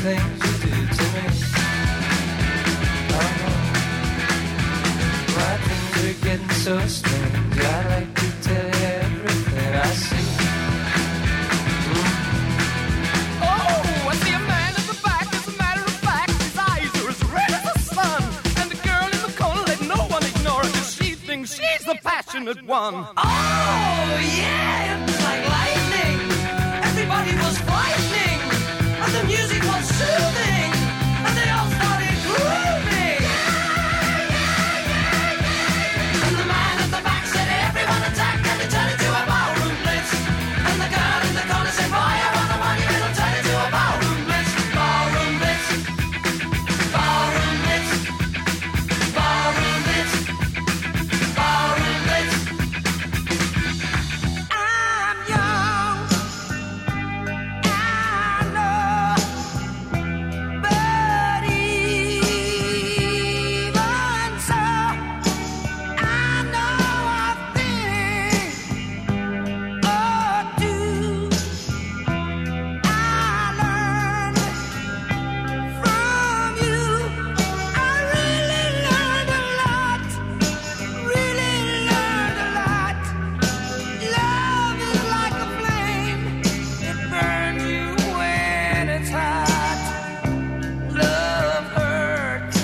things you do to me. My things are getting so strange. I like to tell you everything I see. Oh, I see a man in the back. As a matter of fact, his eyes are as red as the sun. And the girl in the corner, let no one ignore her, 'cause she thinks she's the passionate one. Oh, yeah, it was like lightning. Everybody was frightening. And the music was soothing. And they all started grooving. And the man at the back said, everyone attack, and they turned into a ballroom blitz. And the girl in the corner said, boy, I want the money, it'll turn into a ballroom blitz. Ballroom blitz. Ballroom blitz. Ballroom blitz. Ballroom blitz. I'm young. I know. But even so, I know a thing or two. I learned from you. I really learned a lot. Really learned a lot. Love is like a flame. It burns you when it's hot. Love hurts.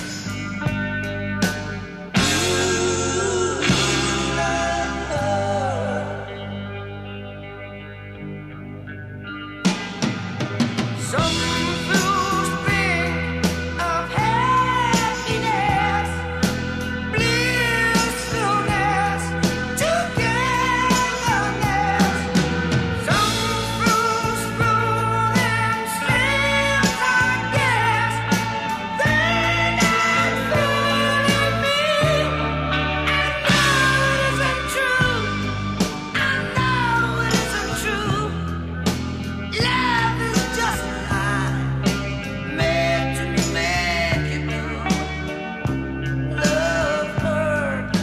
Some fools think of happiness, blissfulness, togetherness. Some fools fool themselves, I guess. They're not fooling me. I know it isn't true. I know it isn't true. Love is just a lie, made to make it blue. Love hurts.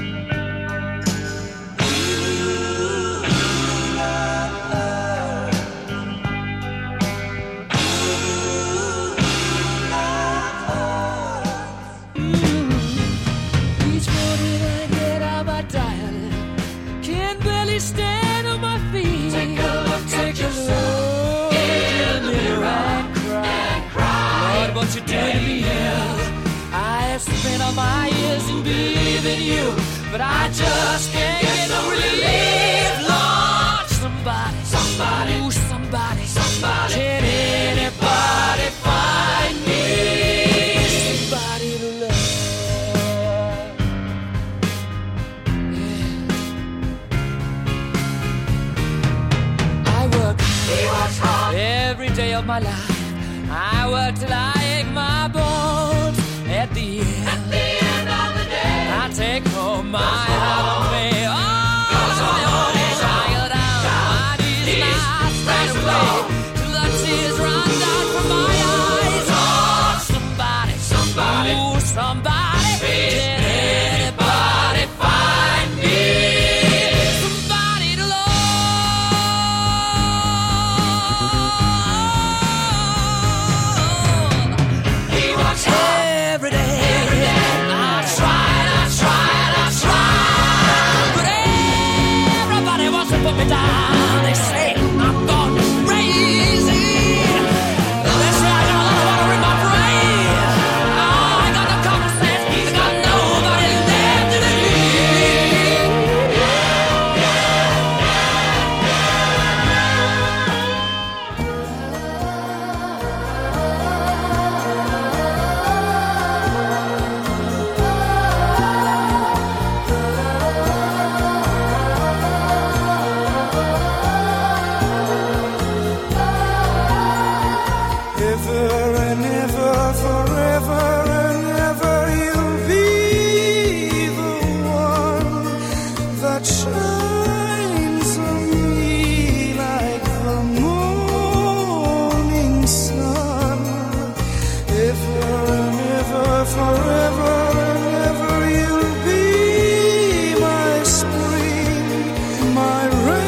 Each morning I get out my dial, can barely stand on my feet. Take a look at yourself in the mirror and cry. Lord, what you doing to me? I have spent all my years in believing you, but I just can't get no relief. Lord, somebody, ooh, somebody, can anybody find me somebody to love? I work every day of my life. I work till I ache my bones. At the end of the day, I take home my heart on me. Oh, I go down my knees and I stand away till the tears run down from my eyes. Oh, somebody, ooh, somebody, can anybody find me somebody to love? He works hard Every day. I tried, but everybody wants to put me down. They say I'm gone crazy. They say I got a lot of water in my brain. Oh, I got no common sense. I got nobody left to believe. Ever and ever, forever and ever, you'll be the one that shines on me like the morning sun. Ever and ever, forever and ever, you'll be my spring, my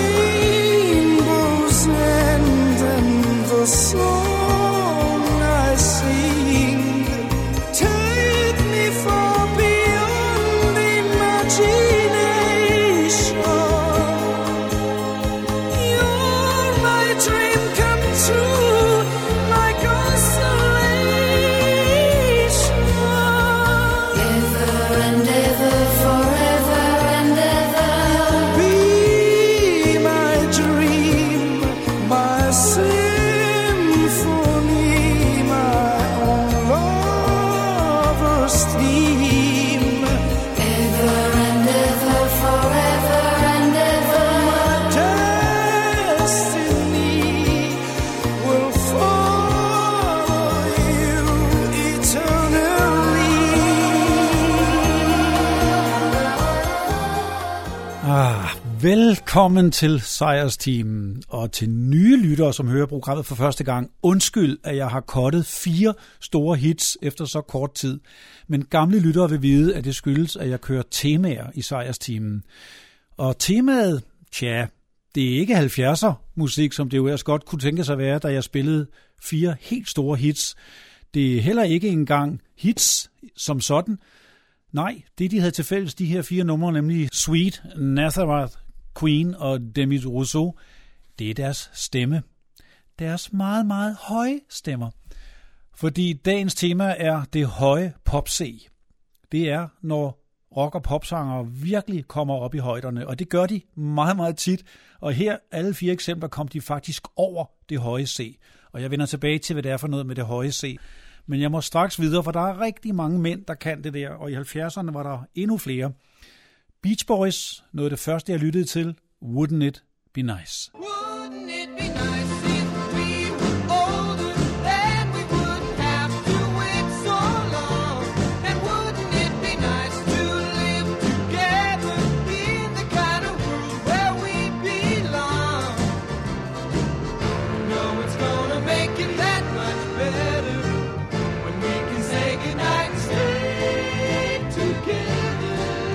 rainbow's end, and the song I Velkommen til Sejrsteamen, og til nye lyttere, som hører programmet for første gang. Undskyld, at jeg har cuttet 4 store hits efter så kort tid. Men gamle lyttere vil vide, at det skyldes, at jeg kører temaer i Sejrsteamen. Og temaet, tja, det er ikke 70'er musik, som det jo ellers godt kunne tænke sig at være, da jeg spillede 4 helt store hits. Det er heller ikke engang hits som sådan. Nej, det de havde til fælles, de her 4 numre, nemlig Sweet, Nazareth, Queen og Demi Rousseau, det er deres stemme. Deres meget, meget høje stemmer. Fordi dagens tema er det høje pop-C. Det er, når rock- og popsanger virkelig kommer op i højderne, og det gør de meget, meget tit. Og her, alle 4 eksempler, kom de faktisk over det høje C. Og jeg vender tilbage til, hvad det er for noget med det høje C. Men jeg må straks videre, for der er rigtig mange mænd, der kan det der, og i 70'erne var der endnu flere. Beach Boys, noget af det første, jeg lyttede til, Wouldn't It Be Nice? Wouldn't it be nice if we were older, then we wouldn't have to wait so long? And wouldn't it be nice to live together in the kind of world where we belong? No, it's gonna make it that much better when we can say goodnight and stay together.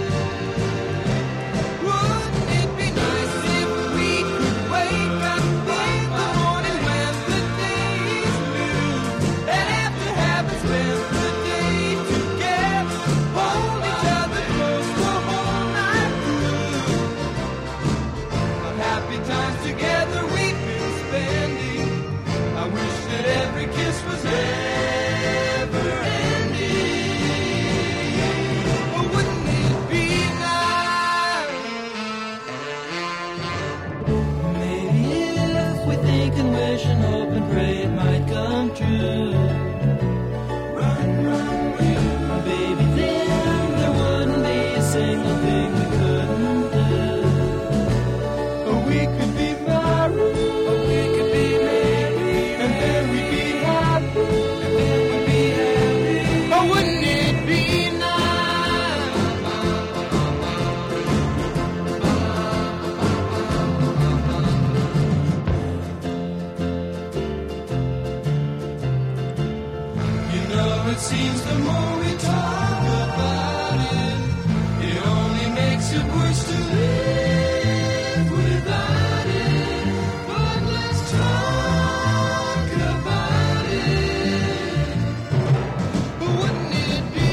Wouldn't it be nice if we could wake up in the morning when the day is new, and after having spent the day together, hold each other close the whole night through? Of happy times together we've been spending. I wish that every kiss was never ending. Oh, wouldn't it be nice? Maybe if we think and wish and hope and pray it might come true. Run, run, run, baby, then there wouldn't be a single thing we couldn't do. Oh, we could be married, oh, we could be married, and then we'd be happy, and then we'd be happy. Oh, wouldn't it be nice? You know, it seems the more we talk about it, it only makes it worse to live without it. But let's talk about it. Wouldn't it be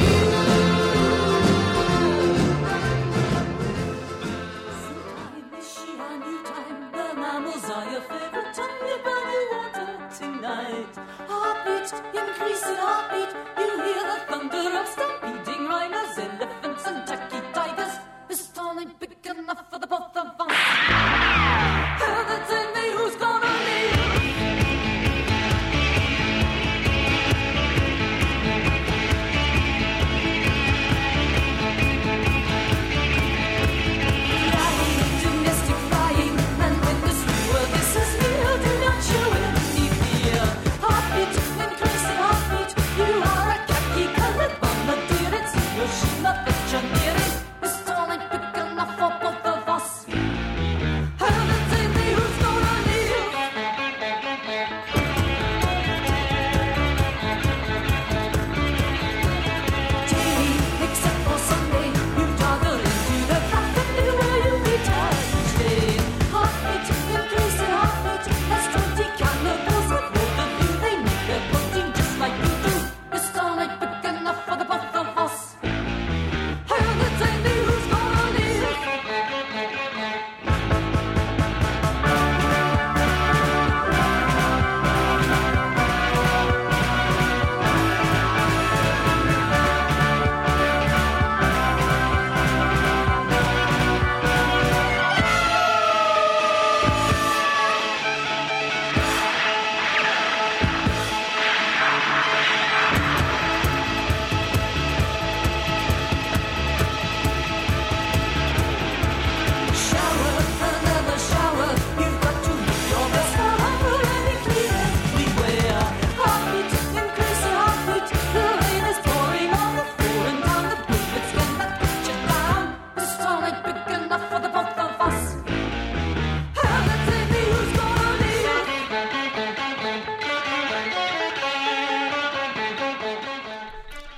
Heartbeat, you hear the thunder of stampeding rhinos, elephants and Jackie tigers. This town ain't big enough for the both of us. Tell me who's gonna leave. Flying, gymnastic flying, and when the sewer this is near, do not show any fear. Heartbeat, increasing heartbeat, you are a khaki-colored bomber.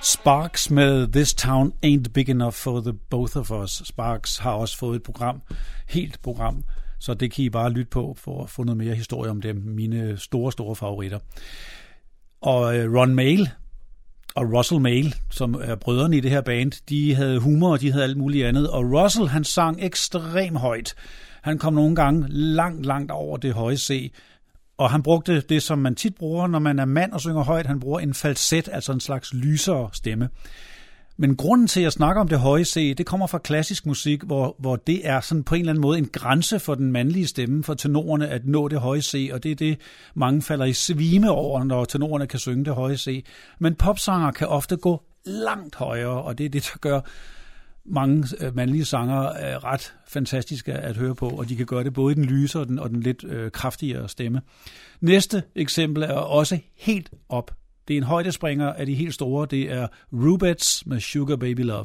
Sparks med This Town Ain't Big Enough for the Both of Us. Sparks har også fået et program, helt program, så det kan I bare lytte på for at få noget mere historie om dem, mine store favoritter. Og Ron Mayle og Russell Mayle, som er brødrene i det her band, de havde humor, og de havde alt muligt andet. Og Russell, han sang ekstremt højt. Han kom nogle gange langt over det høje C. Og han brugte det, som man tit bruger, når man er mand og synger højt. Han bruger en falset, altså en slags lysere stemme. Men grunden til, at jeg snakker om det høje C, det kommer fra klassisk musik, hvor det er sådan på en eller anden måde en grænse for den mandlige stemme, for tenorerne at nå det høje C, og det er det, mange falder i svime over, når tenorerne kan synge det høje C. Men popsanger kan ofte gå langt højere, og det er det, der gør mange mandlige sanger ret fantastiske at høre på, og de kan gøre det både i den lyse og den lidt kraftigere stemme. Næste eksempel er også helt op. Det er en højdespringer af de helt store. Det er Rubettes med Sugar Baby Love.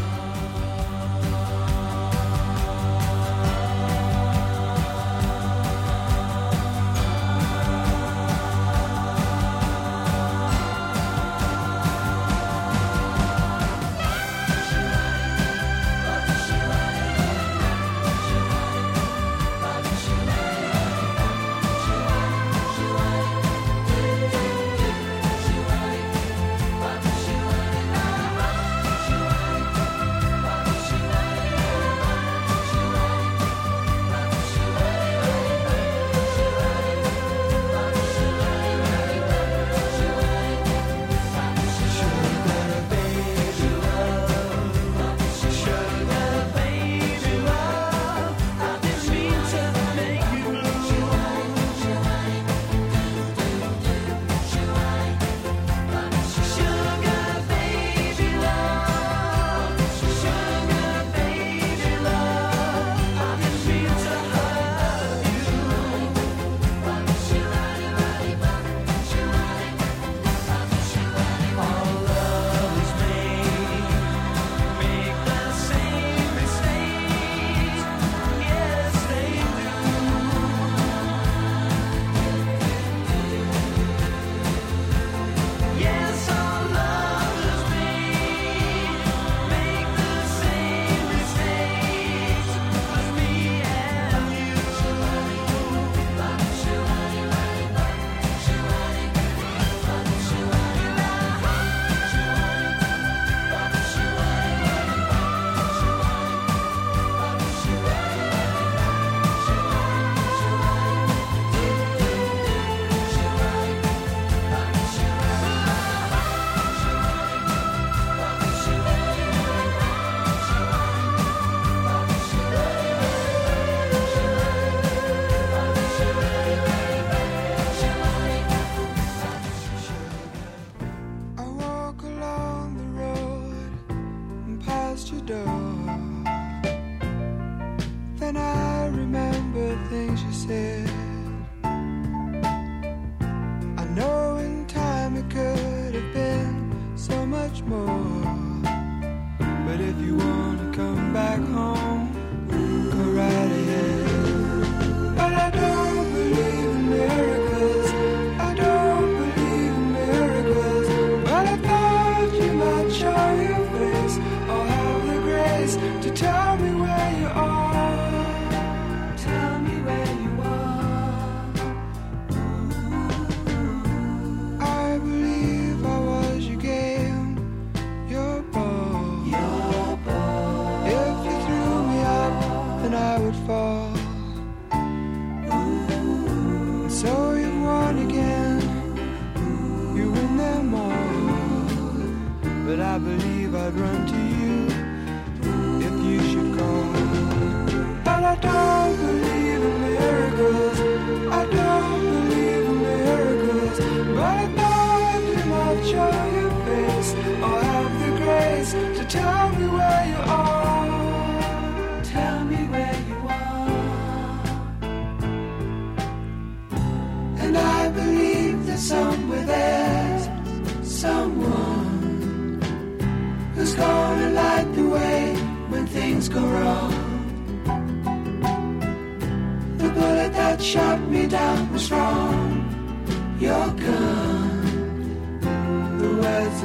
Shot me down was wrong. Your gun, the words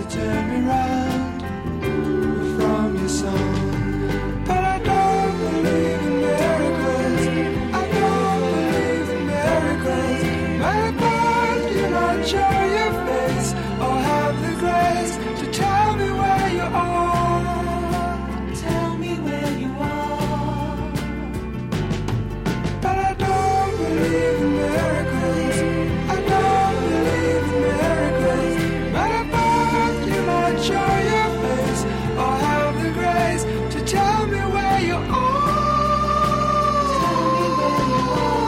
turn me round from your song. But I don't believe in miracles. I don't believe in miracles. Miracles do not show your face or have the grace to tell me where you are. Tell me where you are. But I don't believe in miracles. I don't believe in miracles. Miracles do not show your face or have the grace to tell me where you are. Tell me where you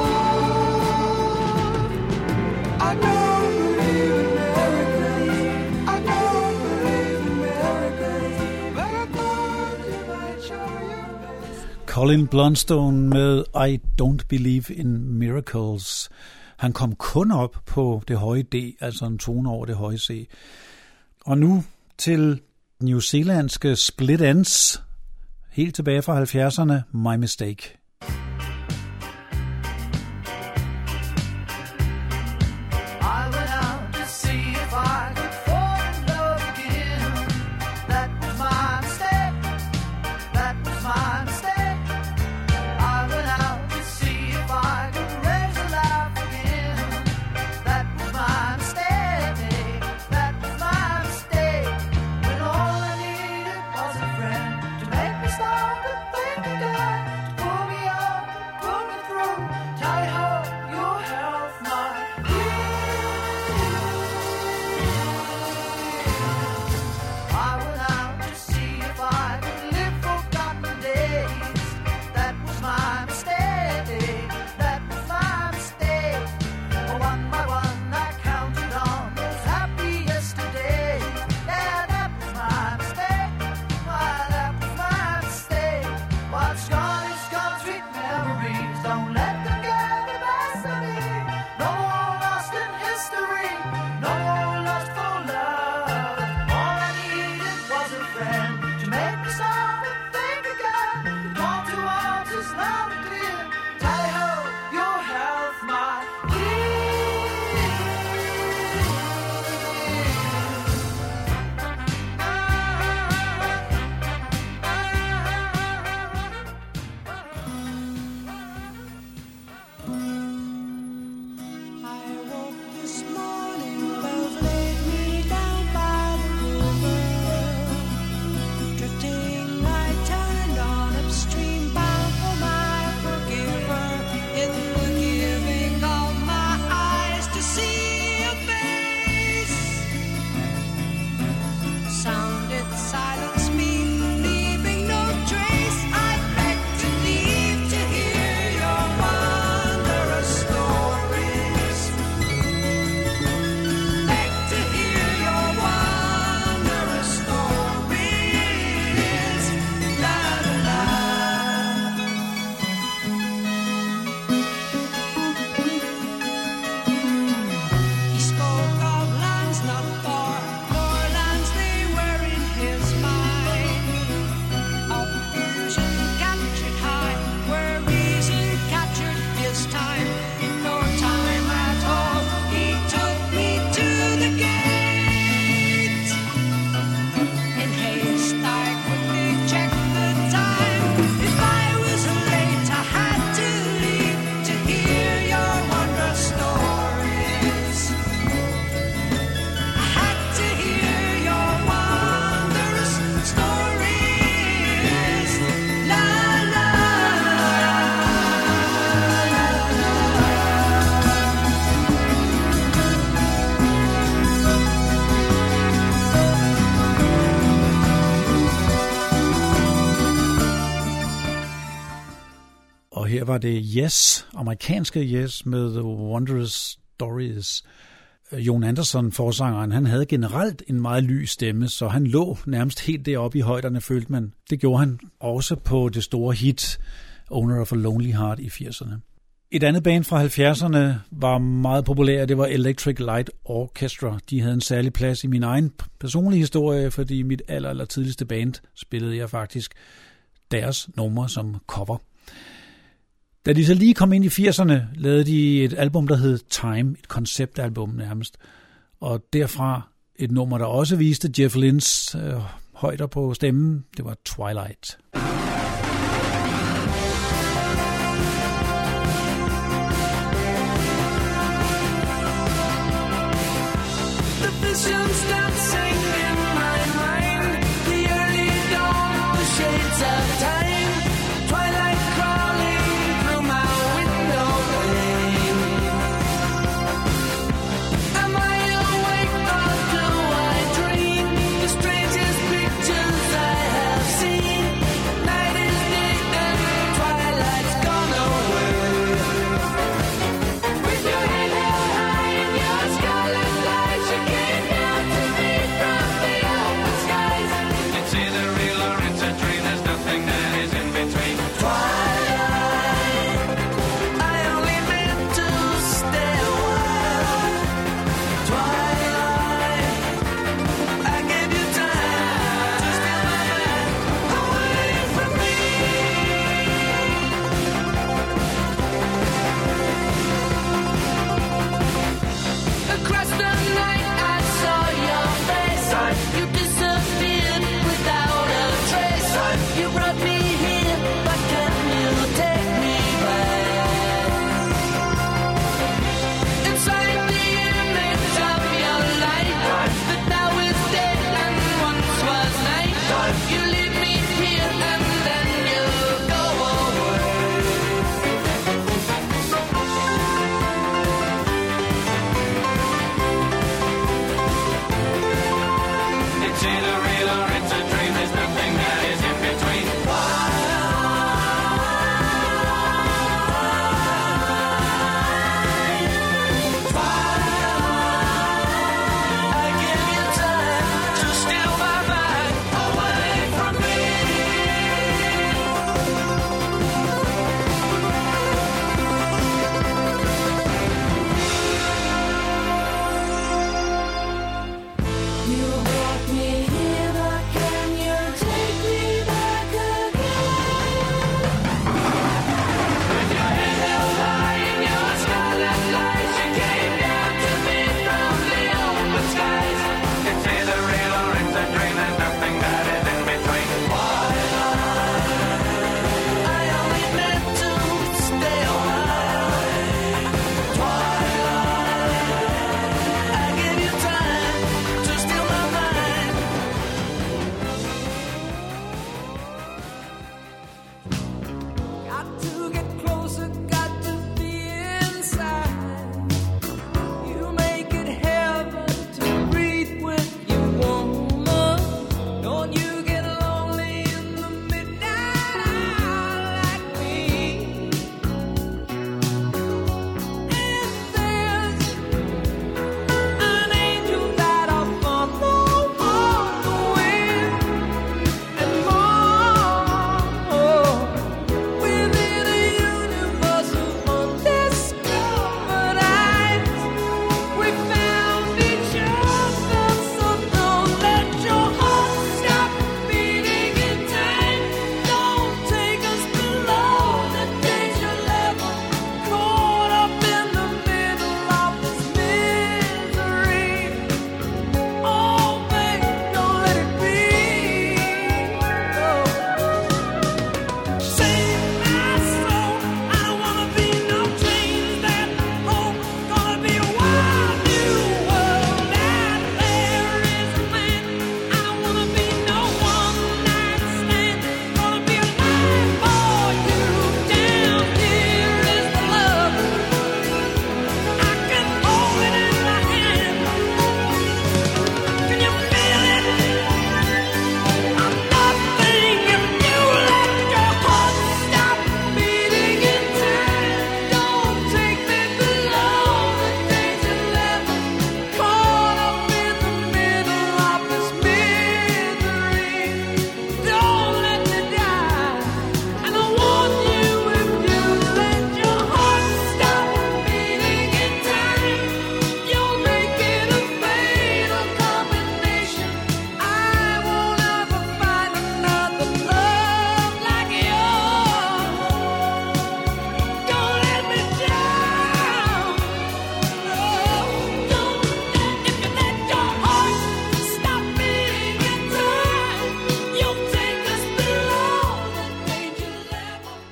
are. I don't believe in miracles. I don't believe in miracles. Miracles do not show your face. Colin Blunstone med I Don't Believe in Miracles. Han kom kun op på det høje D, altså en tone over det høje C. Og nu til newzealandske Split Enz, helt tilbage fra 70'erne, My Mistake. I went out to see if I could fall in love again. That was my mistake. That was my mistake. I went out to see if I could raise a laugh again. That was my mistake. That was my mistake. When all I needed was a friend to make me stop and think again, to pull me up, pull me through. Tally ho, your health, my I went out to see if I could live forgotten days. That was my mistake. That was my mistake. One by one I counted on those happy yesterdays. Yeah, that was my mistake. Why, that was my mistake. What's gone is gone, sweet memories. Don't let them get the best of me. No more lost in history. No more lost for love. All I needed was a friend to make me stop and think again. The call to arms is loud and clear. Tally ho, your health, my I woke this morning, love laid me down by the river. Drifting, I turned on upstream, bound for my forgiver. In the giving of my eyes to see your face, sounded silence me, leaving no trace. I beg to leave to hear your wondrous stories. Beg to hear your wondrous stories. La la la. He spoke of lands not far, nor lands they were in his mind. Of vision captured high, where reason captured his time. In no time at all, he took me to the gate. In haste, I quickly checked the time. If I was late, I had to leave to hear your wondrous stories. I had to hear your wondrous stories. La la Og her var det Yes, amerikanske Yes med The Wondrous Stories. Jon Andersson, forsangeren, han havde generelt en meget lys stemme, så han lå nærmest helt deroppe i højderne, følte man. Det gjorde han også på det store hit Owner of a Lonely Heart i 80'erne. Et andet band fra 70'erne var meget populært, det var Electric Light Orchestra. De havde en særlig plads i min egen personlige historie, fordi mit aller tidligste band spillede jeg faktisk deres numre som cover. Da de så lige kom ind i 80'erne, lavede de et album, der hed Time, et konceptalbum nærmest. Og derfra Et nummer, der også viste Jeff Lynnes højder på stemmen, det var Twilight. The visions dancing in my mind, the early dawn, the shades of time, twilight crawling through my window pane. Am I awake or do I dream the strangest pictures I have seen? Night is day and twilight's gone away. With your head held high in your scarlet light, you came down to me from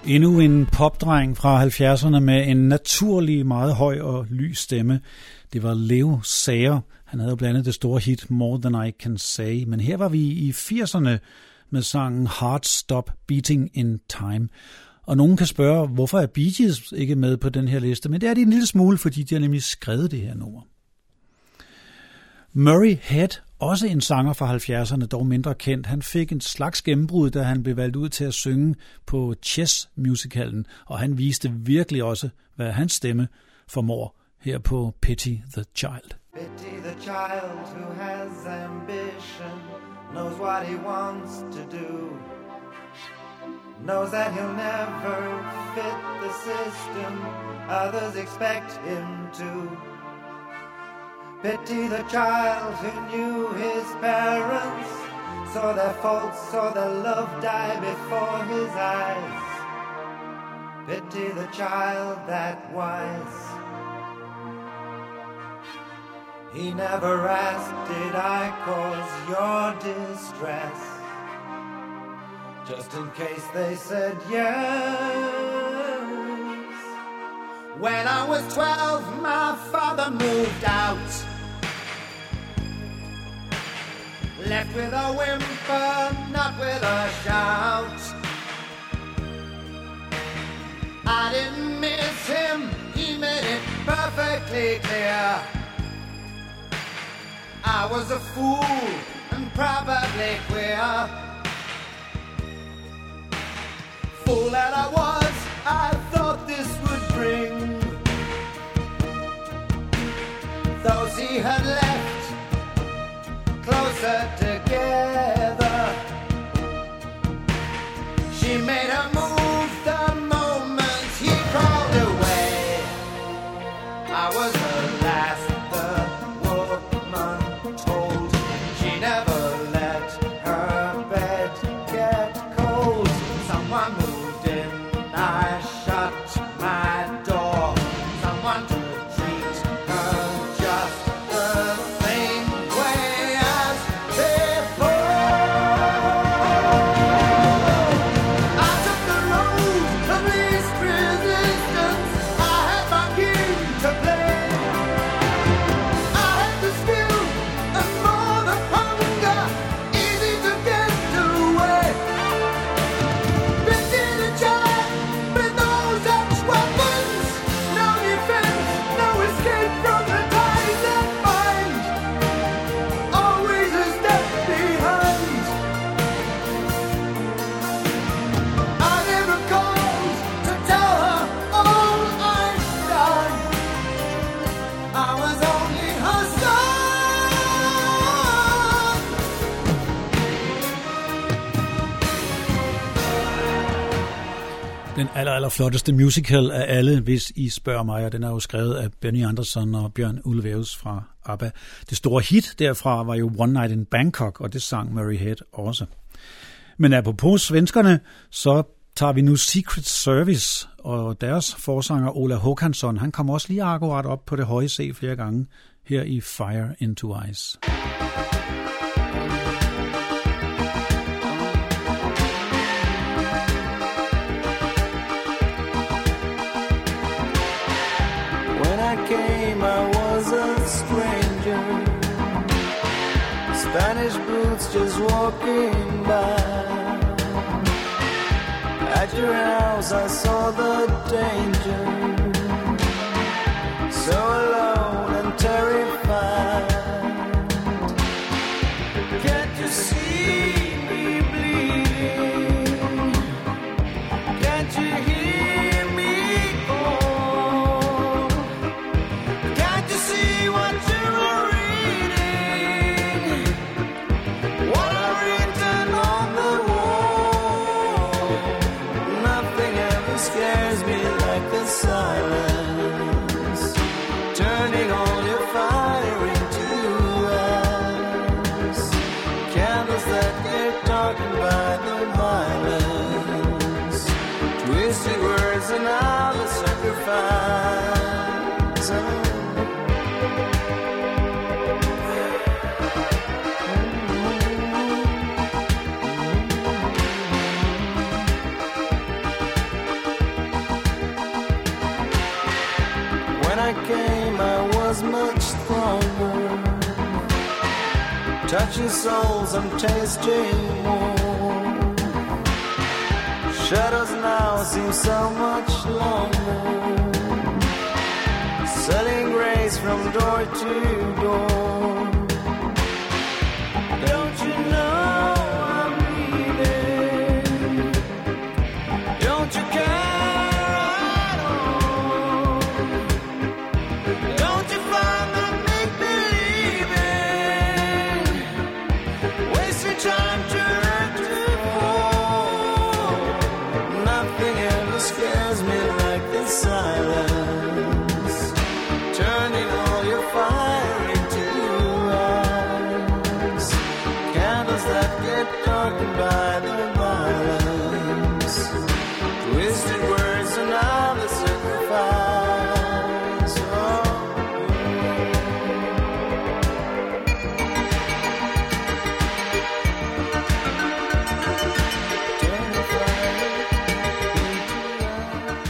Endnu en popdreng fra 70'erne med en naturlig, meget høj og lys stemme. Det var Leo Sayer. Han havde jo blandt andet det store hit More Than I Can Say. Men her var vi i 80'erne med sangen Heart Stop Beating in Time. Og nogen kan spørge, hvorfor er Bee Gees ikke med på den her liste? Men det er de en lille smule, fordi de har nemlig skrevet det her nummer. Murray Head, også en sanger fra 70'erne, dog mindre kendt. Han fik en slags gennembrud, da han blev valgt ud til at synge på Chess-musicalen, og han viste virkelig også, hvad hans stemme formår her på Pity the Child. Pity the child who has ambition, knows what he wants to do, knows that he'll never fit the system others expect him to. Pity the child who knew his parents, saw their faults, saw their love die before his eyes. Pity the child that wise. He never asked, did I cause your distress? Just in case they said yes. When I was 12, my father moved out, left with a whimper, not with a shout. I didn't miss him, he made it perfectly clear. I was a fool and probably queer. Fool that I was, I thought this would bring those he had left closer together. She made a move the moment he crawled away. I was her last, the woman told. She never let her bed get cold. Someone moved in, I shut my door. Someone to treat her just the same way as before. I took the road of least resistance. I had my game to play. I had the skill and more the hunger, easy to get away. Pity the child with no such weapons, no defense, no escape from the ties that bind. Always a step behind. I never called to tell her all I'd done. I was only her son. Den allerflotteste musical af alle, hvis I spørger mig, og den er jo skrevet af Benny Andersson og Bjørn Ulvaeus fra ABBA. Det store hit derfra var jo One Night in Bangkok, og det sang Murray Head også. Men apropos svenskerne, så tager vi nu Secret Service, og deres forsanger Ola Håkansson, han kom også lige akkurat op på det høje C flere gange her i Fire into Ice. When I came, I was a stranger. Spanish boots just walking by. At your house, I saw the danger. So alone and terrified. Can't you see me bleeding? Can't you hear me call? Can't you see what you are reading? What I've written on the wall? Nothing ever scares me like the sun. touching souls and tasting warm. Shadows now seem so much longer, selling grace from door to door. Don't you know I'm leaving? Don't you care at all? Don't you find that make-believing wasting time to hurt to fall? Nothing ever scares me like this silence, turning all your fire into ice. Candles that get darkened by the violence, twisted words and now the sacrifice. Turn the fire into ice.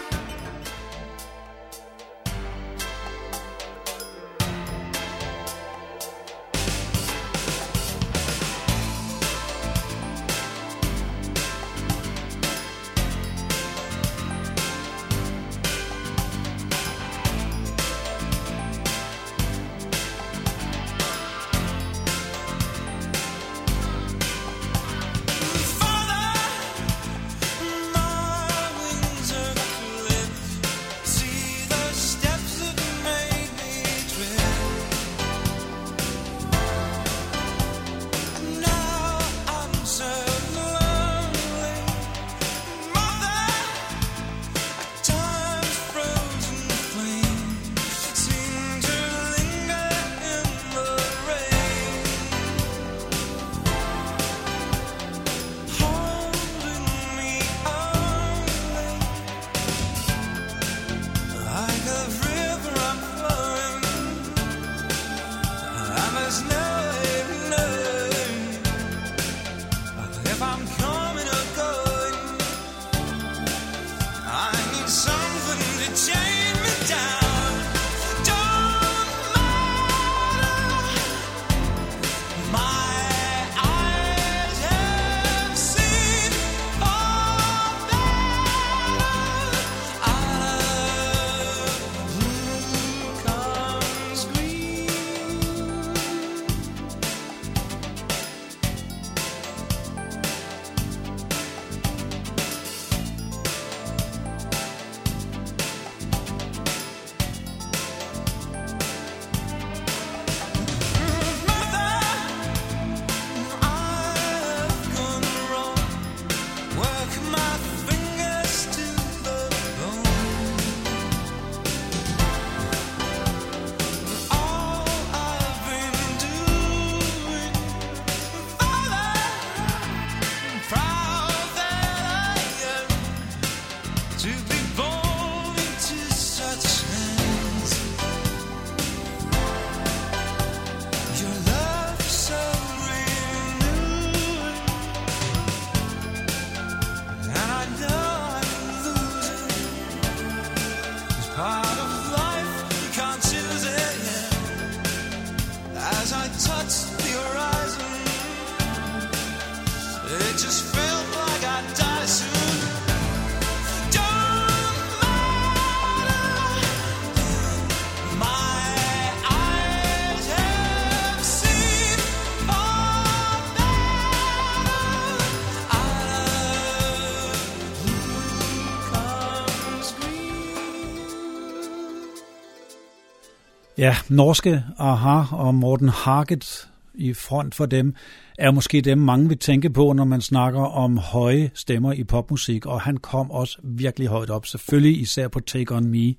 Ja, norske Aha og Morten Harket i front for dem, er måske dem, mange vil tænke på, når man snakker om høje stemmer i popmusik, og han kom også virkelig højt op, selvfølgelig især på Take On Me,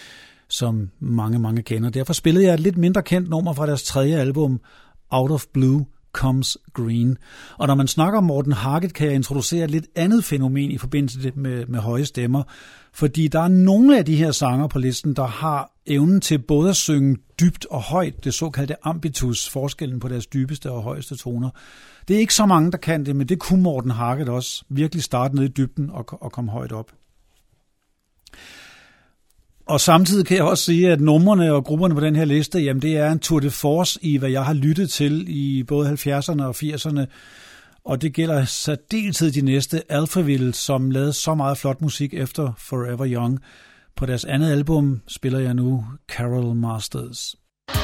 som mange kender. Derfor spillede jeg et lidt mindre kendt nummer fra deres tredje album, Out of Blue Comes Green. Og når man snakker om Morten Harket, kan jeg introducere et lidt andet fænomen i forbindelse med høje stemmer, fordi der er nogle af de her sanger på listen, der har evnen til både at synge dybt og højt, det såkaldte ambitus, forskellen på deres dybeste og højeste toner. Det er ikke så mange, der kan det, men det kunne Morten Harket også virkelig starte ned i dybden og komme højt op. Og samtidig kan jeg også sige, at numrene og grupperne på den her liste, jamen det er en tour de force i, hvad jeg har lyttet til i både 70'erne og 80'erne. Og det gælder særdeleshed de næste. Alphaville, som lavede så meget flot musik efter Forever Young. På deres andet album spiller jeg nu Carol Masters.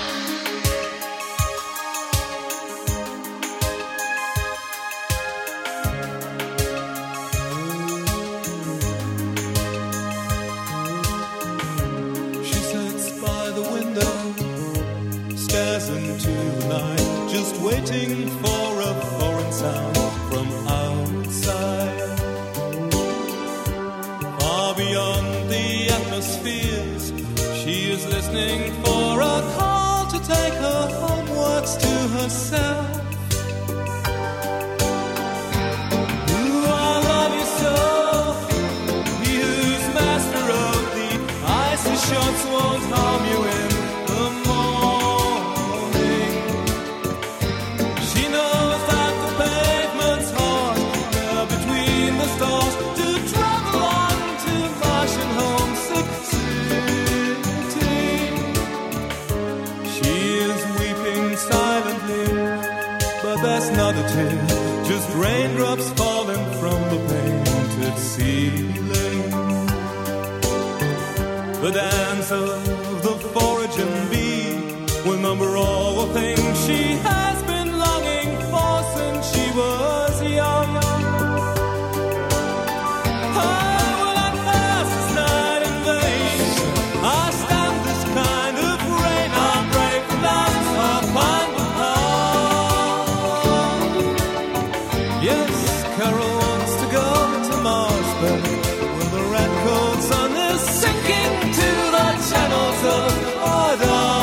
Into the night, just waiting for a foreign sound from outside. Far beyond the atmospheres, she is listening for a call to take her homewards to herself. Ooh, I love you so. He who's master of the icy shots won't harm you in the morning. There's not a tear, just raindrops falling from the painted ceiling. The dance of the foraging bee will number all the things she has been longing for since she was young. Oh, will I pass this night in vain? I stand this kind of rain, I break the dance, I find the yes, Carol wants to go to Mars, but when the red cold sun is sinking to the channels of Ardor.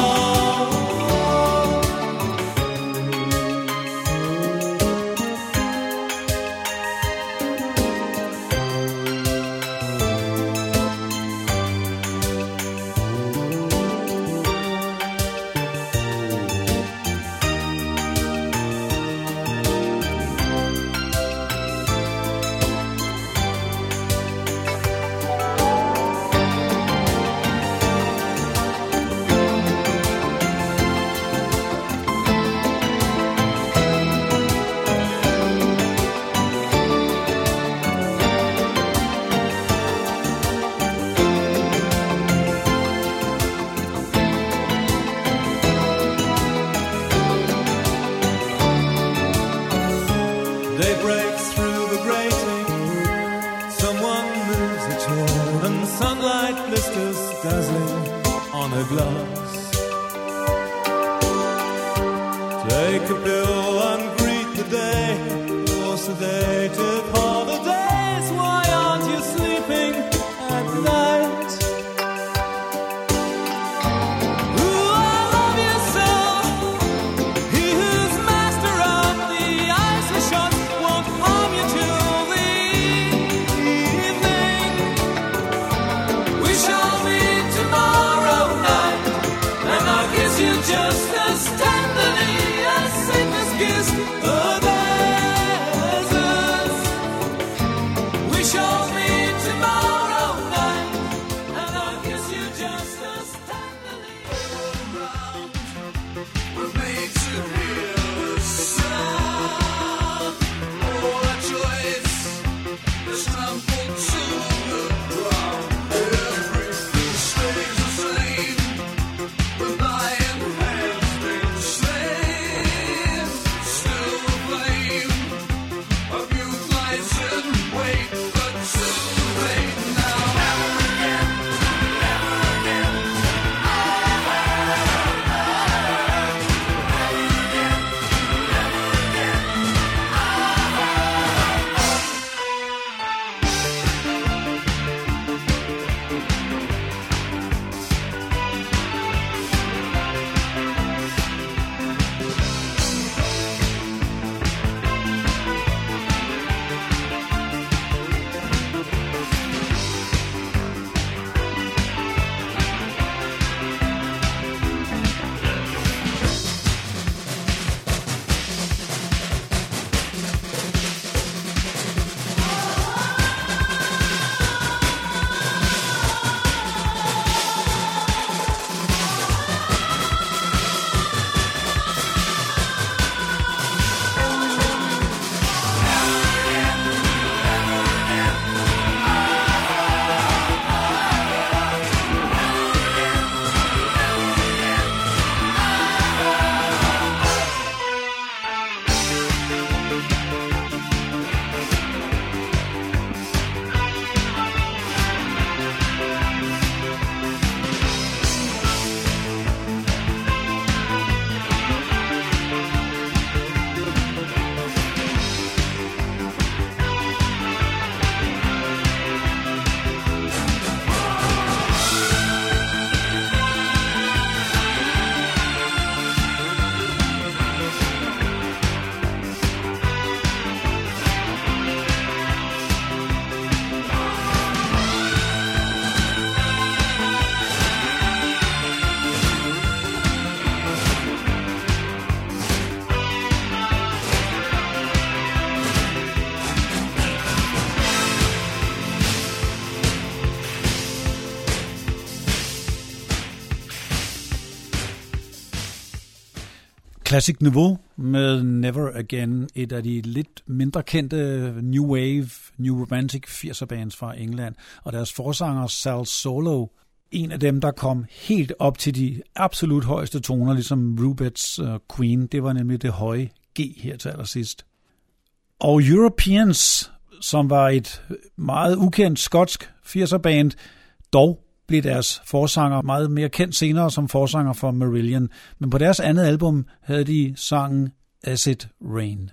Take a pill and greet the day, or sedated holidays. Why aren't you sleeping at night? Ooh, I love you so. He who's master of the icy shots won't harm you till the evening. We shall meet tomorrow night, and I'll kiss you just as tenderly. Kiss the deserts. Classic Nouveau med Never Again, et af de lidt mindre kendte New Wave, New Romantic 80'er bands fra England, og deres forsanger Sal Solo, en af dem, der kom helt op til de absolut højeste toner, ligesom Rubets Queen, det var nemlig det høje G her til allersidst. Og Europeans, som var et meget ukendt skotsk 80'er band, dog blev deres forsanger meget mere kendt senere som forsanger for Marillion. Men på deres andet album havde de sangen Acid Rain.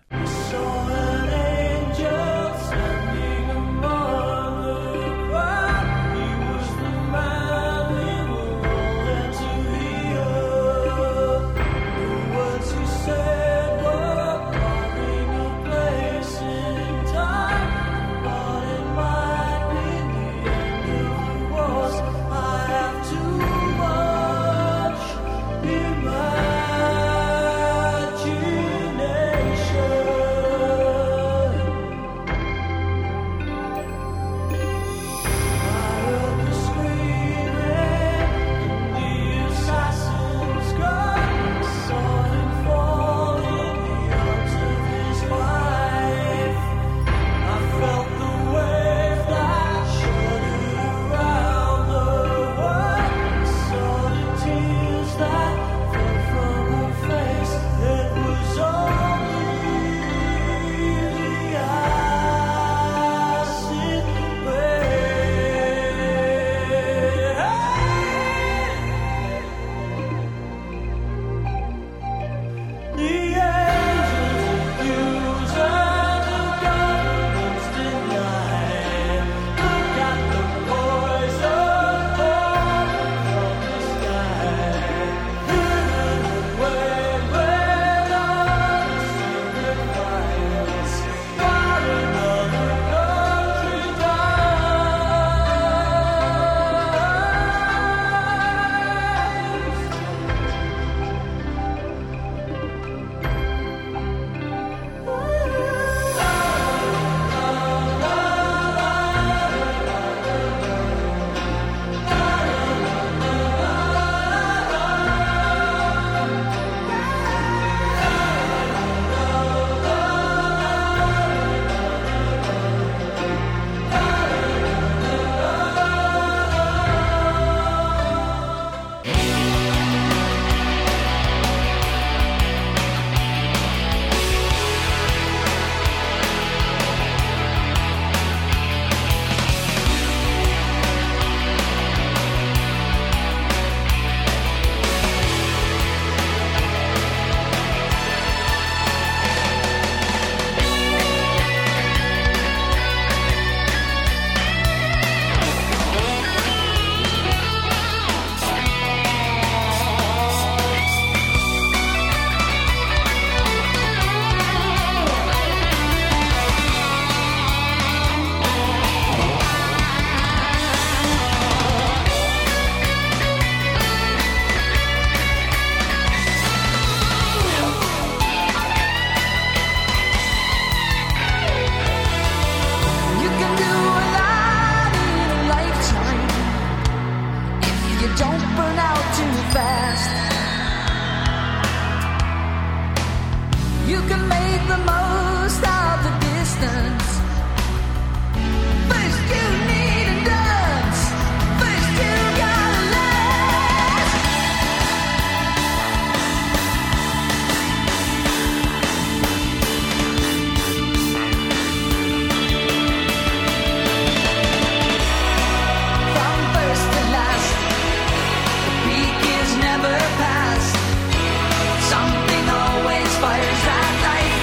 Something always fires that light.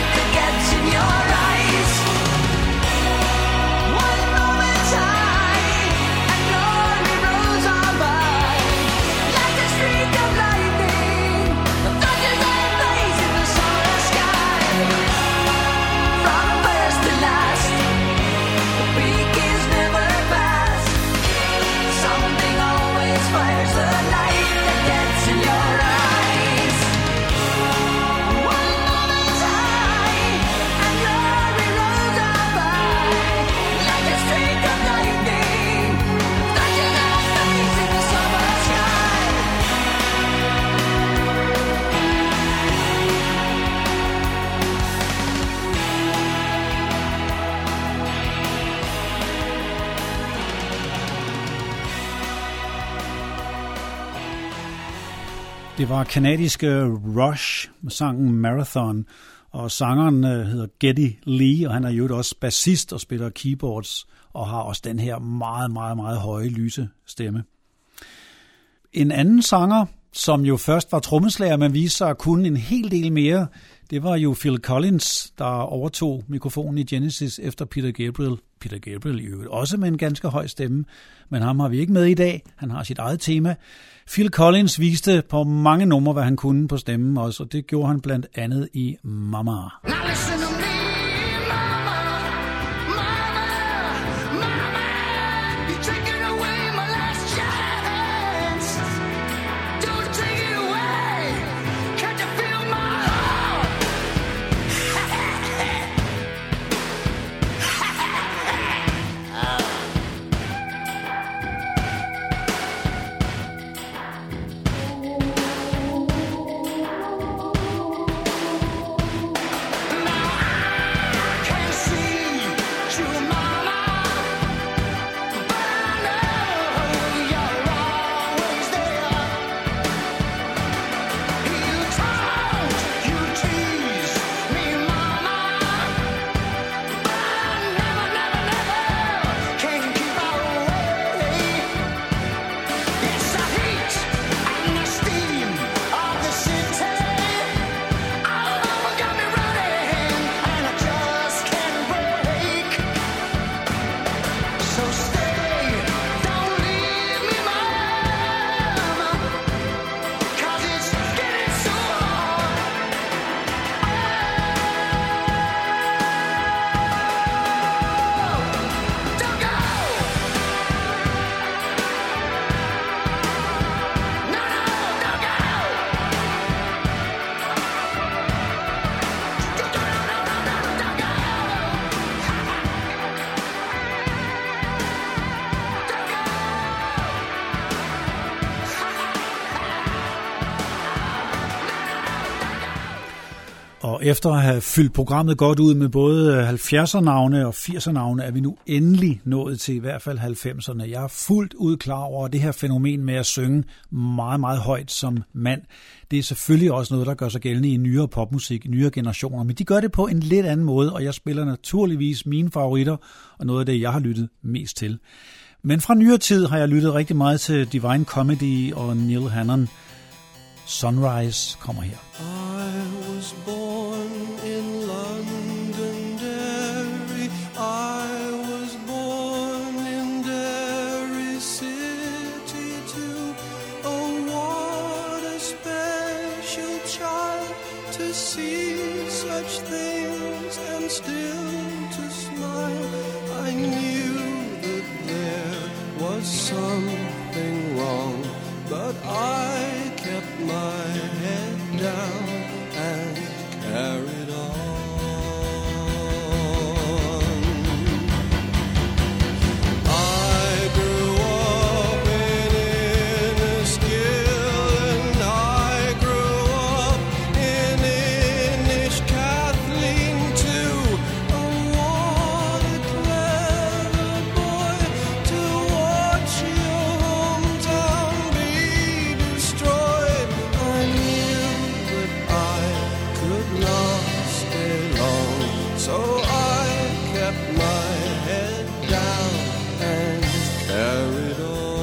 Det var kanadiske Rush med sangen Marathon, og sangeren hedder Geddy Lee, og han er jo også bassist og spiller keyboards, og har også den her meget, meget, meget høje, lyse stemme. En anden sanger, som jo først var trommeslager, men viste sig at kunne en hel del mere, det var jo Phil Collins, der overtog mikrofonen i Genesis efter Peter Gabriel. Peter Gabriel i øvrigt også med en ganske høj stemme, men ham har vi ikke med i dag. Han har sit eget tema. Phil Collins viste på mange numre, hvad han kunne på stemmen også, og det gjorde han blandt andet i Mama. Now listen to me, mama, mama, mama. You're taking away my last chance. Don't take it away. Can't you feel my heart? Og efter at have fyldt programmet godt ud med både 70'er-navne og 80'er-navne, er vi nu endelig nået til i hvert fald 90'erne. Jeg er fuldt ud klar over det her fænomen med at synge meget, meget højt som mand. Det er selvfølgelig også noget, der gør sig gældende i nyere popmusik, i nyere generationer, men de gør det på en lidt anden måde, og jeg spiller naturligvis mine favoritter og noget af det, jeg har lyttet mest til. Men fra nyere tid har jeg lyttet rigtig meget til Divine Comedy og Neil Hannon. Sunrise kommer her. I was born in Londonderry. I was born in Derry City too. Oh, what a special child to see such things and still to smile. I knew that there was something wrong, but I kept my head down and carried on. I grew up in Enniskillen and I grew up in Inniskathleen too. Oh, what a clever boy to watch your hometown be destroyed. I knew that I could not stay long, so I kept my head down and carried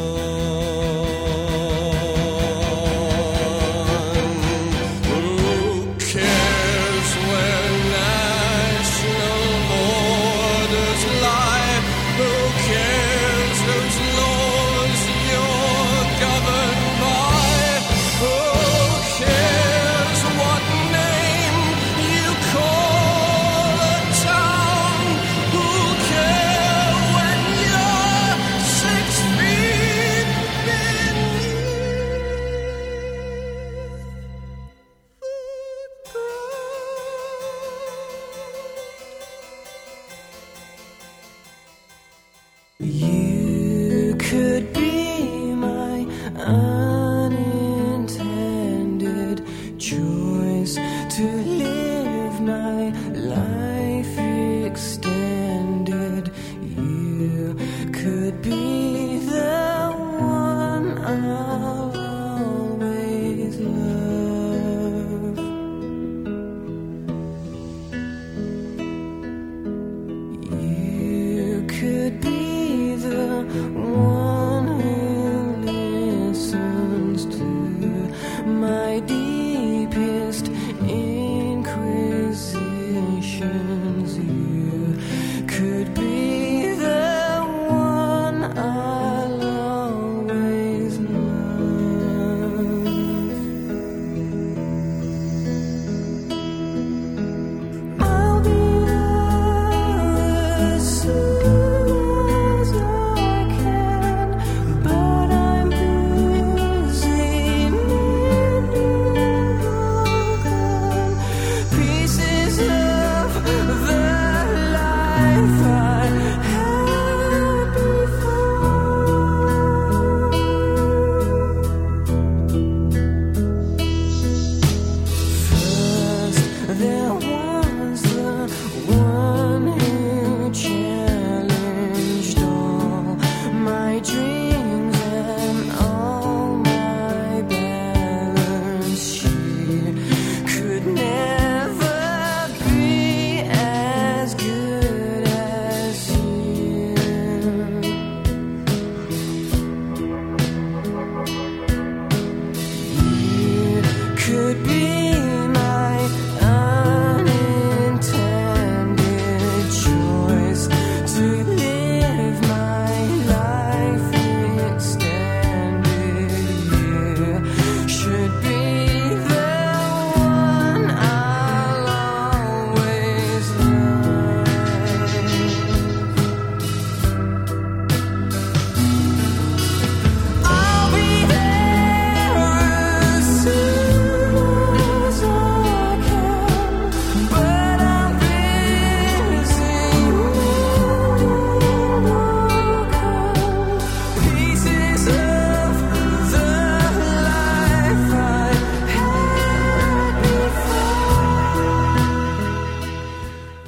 on. Who cares where national borders lie? Who cares whose laws you're governed by? Who cares what name you call a town? Who cares when you're 6 feet beneath You could be my unintended choice to live my life extended. You could be the one I'll always love.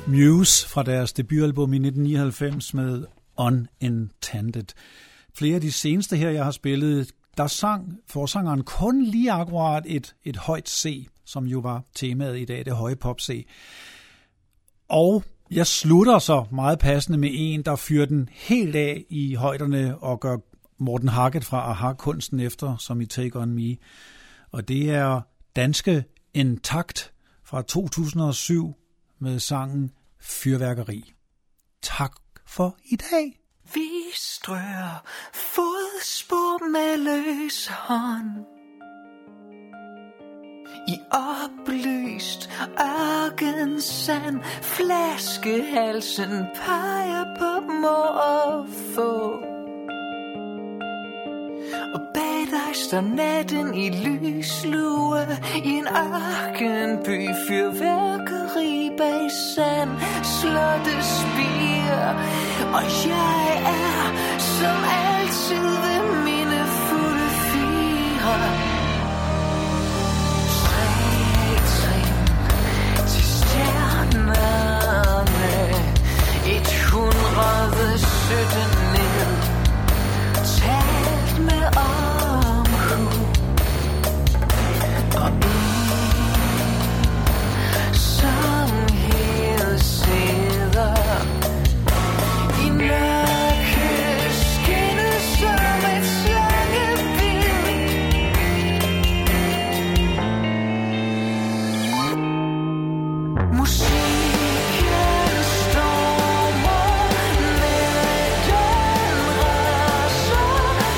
Muse fra deres debutalbum i 1999 med Unintended. Flere af de seneste her, jeg har spillet, der sang forsangeren kun lige akkurat et højt C, som jo var temaet i dag, det høje pop C. Og jeg slutter så meget passende med en, der fyrer den helt af i højderne og gør Morten Harket fra Aha kunsten efter, som i Take On Me. Og det er danske Intakt fra 2007 med sangen Fyrværkeri. Tak for i dag. Vi strør fodspor med løs hånd i oplyst ørkensand. Flaskehalsen peger på må og få, og bag dig står natten i lyslue i en ørkenby. Fyrværkeri bag sand, slotte spire, og jeg er som altid ved mine fulde fire. 3 trin til stjernerne, 117 ned, talt med omhu, og som helt sidder i mørkeskinnet som et slangebid. Musikken stormer, natten raser,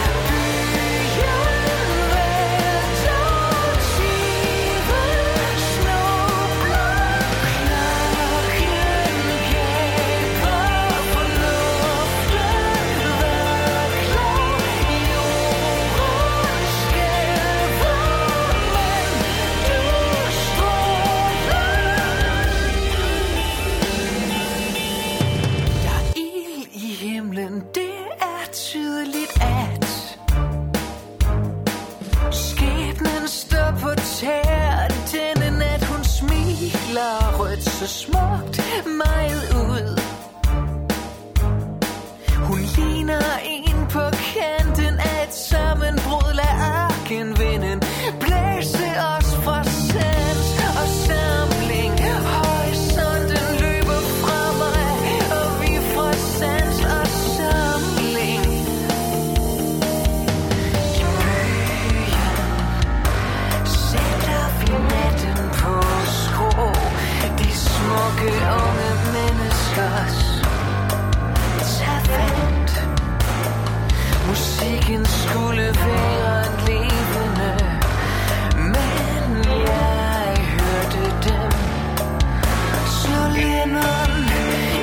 byen vælter, tiven snubler, klokken gaber, fornuften vakler, jorden skælver, men du stråler. Der er ild i himlen, det er tydeligt, at skæbnen står på tær. Denne nat hun smiler rødt så smukt meget ud. Hun ligner en på kanten af et sammenbrud. Lad ørkenvinden blæse os fra sans og samling. Horisonten løber fra mig, og vi fra sans og samling. I byen sætter vi natten på skrå. De smukke unge menneskers tafat. Musikken skulle være levende, men jeg hørte dem slå Lennon